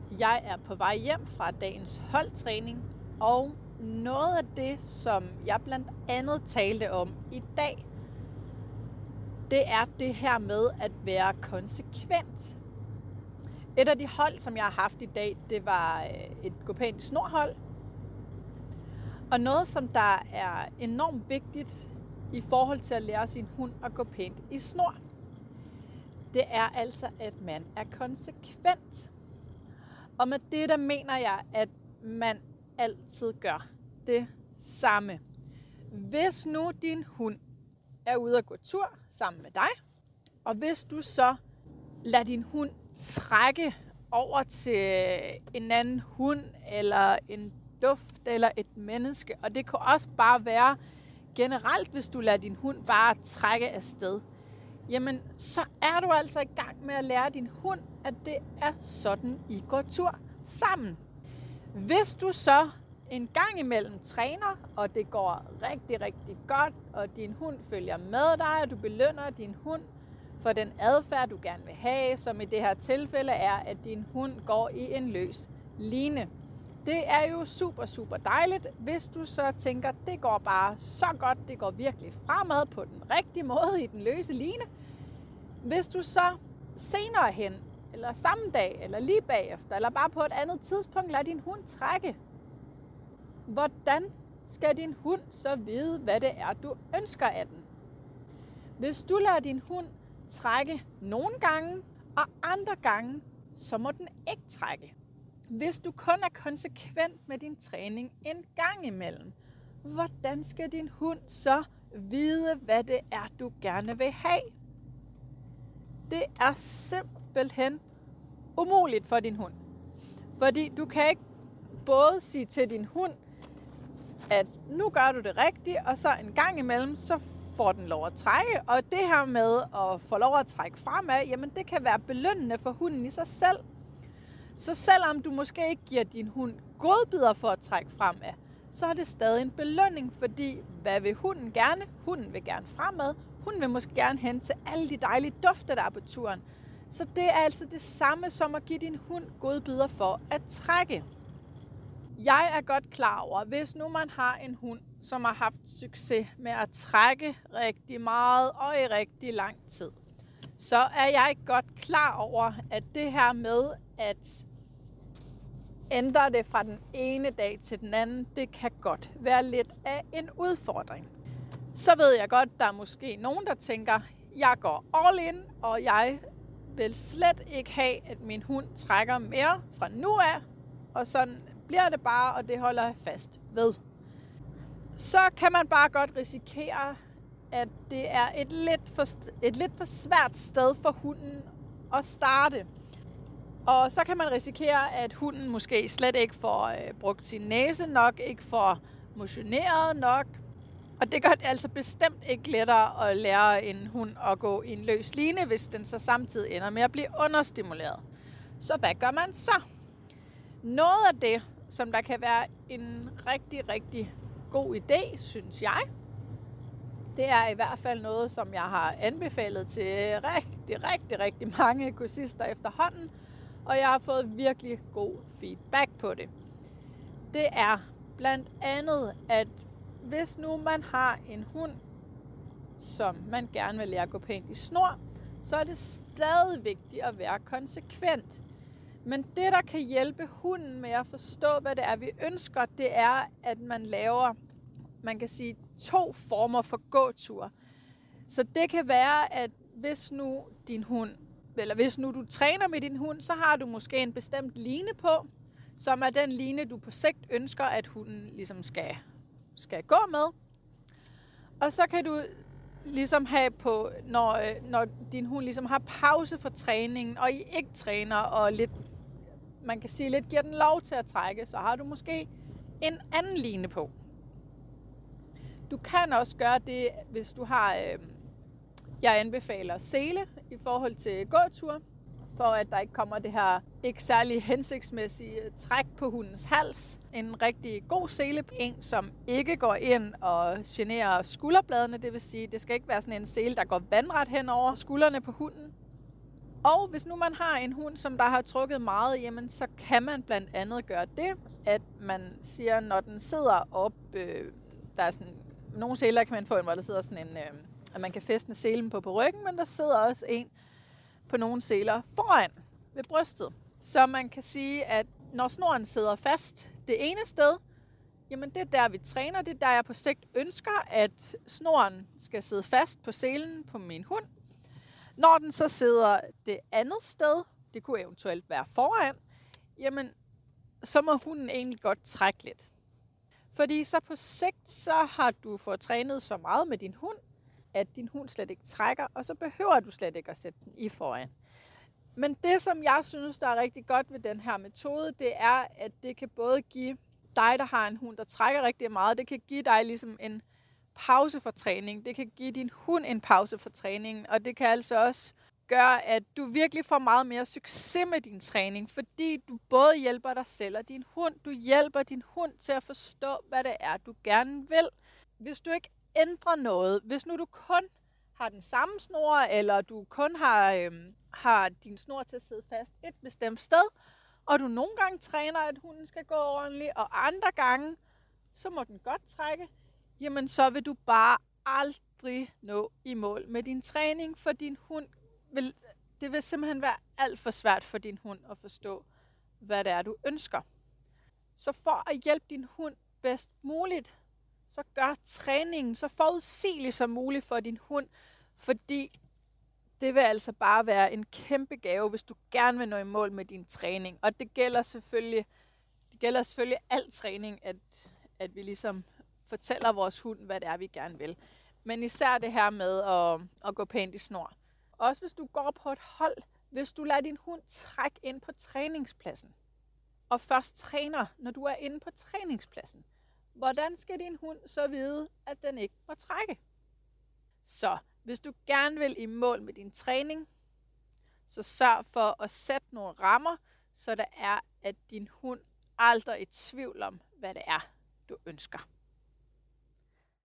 Jeg er på vej hjem fra dagens holdtræning, og noget af det, som jeg blandt andet talte om i dag, det er det her med at være konsekvent. Et af de hold, som jeg har haft i dag, det var et gå pænt i snor-hold. Og noget, som der er enormt vigtigt i forhold til at lære sin hund at gå pænt i snor, det er altså, at man er konsekvent. Og med det, der mener jeg, at man altid gør det samme. Hvis nu din hund er ude at gå tur sammen med dig, og hvis du så lader din hund trække over til en anden hund, eller en duft, eller et menneske, og det kan også bare være generelt, hvis du lader din hund bare trække afsted, jamen så er du altså i gang med at lære din hund, at det er sådan, I går tur sammen. Hvis du så en gang imellem træner, og det går rigtig, rigtig godt, og din hund følger med dig, og du belønner din hund for den adfærd, du gerne vil have, som i det her tilfælde er, at din hund går i en løs line. Det er jo super, super dejligt, hvis du så tænker, det går bare så godt, det går virkelig fremad på den rigtige måde i den løse line. Hvis du så senere hen, eller samme dag, eller lige bagefter, eller bare på et andet tidspunkt, lader din hund trække, hvordan skal din hund så vide, hvad det er, du ønsker af den? Hvis du lader din hund trække nogle gange, og andre gange, så må den ikke trække. Hvis du kun er konsekvent med din træning en gang imellem, hvordan skal din hund så vide, hvad det er, du gerne vil have? Det er simpelthen umuligt for din hund. Fordi du kan ikke både sige til din hund, at nu gør du det rigtigt, og så en gang imellem, så får den lov at trække. Og det her med at få lov at trække fremad, jamen det kan være belønnende for hunden i sig selv. Så selvom du måske ikke giver din hund godbidder for at trække fremad, så er det stadig en belønning, fordi hvad vil hunden gerne? Hunden vil gerne fremad. Hunden vil måske gerne hen til alle de dejlige dufte, der er på turen. Så det er altså det samme som at give din hund godbidder for at trække. Jeg er godt klar over, hvis nu man har en hund, som har haft succes med at trække rigtig meget og i rigtig lang tid, så er jeg godt klar over, at det her med at ændre det fra den ene dag til den anden, det kan godt være lidt af en udfordring. Så ved jeg godt, der er måske nogen, der tænker, jeg går all in, og jeg vil slet ikke have, at min hund trækker mere fra nu af, og sådan bliver det bare, og det holder jeg fast ved. Så kan man bare godt risikere, at det er et lidt for svært sted for hunden at starte. Og så kan man risikere, at hunden måske slet ikke får brugt sin næse nok, ikke får motioneret nok. Og det gør det altså bestemt ikke lettere at lære en hund at gå i en løs line, hvis den så samtidig ender med at blive understimuleret. Så hvad gør man så? Noget af det, som der kan være en rigtig, rigtig god idé, synes jeg, det er i hvert fald noget, som jeg har anbefalet til rigtig mange kursister efterhånden, og jeg har fået virkelig god feedback på det. Det er blandt andet, at hvis nu man har en hund, som man gerne vil lære at gå pænt i snor, så er det stadig vigtigt at være konsekvent. Men det, der kan hjælpe hunden med at forstå, hvad det er, vi ønsker, det er, at man laver, man kan sige, 2 former for gåtur. Så det kan være, at hvis nu din hund, eller hvis nu du træner med din hund, så har du måske en bestemt line på, som er den line, du på sigt ønsker, at hunden ligesom skal gå med. Og så kan du ligesom have på, når din hund ligesom har pause for træningen, og I ikke træner, og lidt, man kan sige lidt giver den lov til at trække, så har du måske en anden line på. Du kan også gøre det, hvis du har, jeg anbefaler sele i forhold til gåtur, for at der ikke kommer det her ikke særlig hensigtsmæssige træk på hundens hals. En rigtig god sele, en som ikke går ind og generer skulderbladene, det vil sige, det skal ikke være sådan en sele, der går vandret hen over skuldrene på hunden. Og hvis nu man har en hund, som der har trukket meget, jamen så kan man blandt andet gøre det, at man siger, når den sidder op, der er sådan, nogle seler kan man få en, hvor der sidder sådan en, at man kan fæstne selen på ryggen, men der sidder også en på nogle seler foran ved brystet. Så man kan sige, at når snoren sidder fast det ene sted, jamen det er der, vi træner. Det er der, jeg på sigt ønsker, at snoren skal sidde fast på selen på min hund. Når den så sidder det andet sted, det kunne eventuelt være foran, jamen så må hunden egentlig godt trække lidt. Fordi så på sigt, så har du fået trænet så meget med din hund, at din hund slet ikke trækker, og så behøver du slet ikke at sætte den i foran. Men det, som jeg synes, der er rigtig godt ved den her metode, det er, at det kan både give dig, der har en hund, der trækker rigtig meget, det kan give dig ligesom en pause for træning. Det kan give din hund en pause for træningen, og det kan altså også gøre, at du virkelig får meget mere succes med din træning, fordi du både hjælper dig selv og din hund. Du hjælper din hund til at forstå, hvad det er, du gerne vil. Hvis du ikke ændrer noget, hvis nu du kun har den samme snor, eller du kun har din snor til at sidde fast et bestemt sted, og du nogle gange træner, at hunden skal gå ordentligt, og andre gange, så må den godt trække, jamen så vil du bare aldrig nå i mål med din træning, for din hund det vil simpelthen være alt for svært for din hund at forstå, hvad det er, du ønsker. Så for at hjælpe din hund bedst muligt, så gør træningen så forudsigelig som muligt for din hund, fordi det vil altså bare være en kæmpe gave, hvis du gerne vil nå i mål med din træning. Og det gælder selvfølgelig al træning, at vi ligesom fortæller vores hund, hvad det er, vi gerne vil. Men især det her med at gå pænt i snor. Også hvis du går på et hold, hvis du lader din hund trække ind på træningspladsen, og først træner, når du er inde på træningspladsen, hvordan skal din hund så vide, at den ikke må trække? Så hvis du gerne vil i mål med din træning, så sørg for at sætte nogle rammer, så det er, at din hund aldrig er i tvivl om, hvad det er, du ønsker.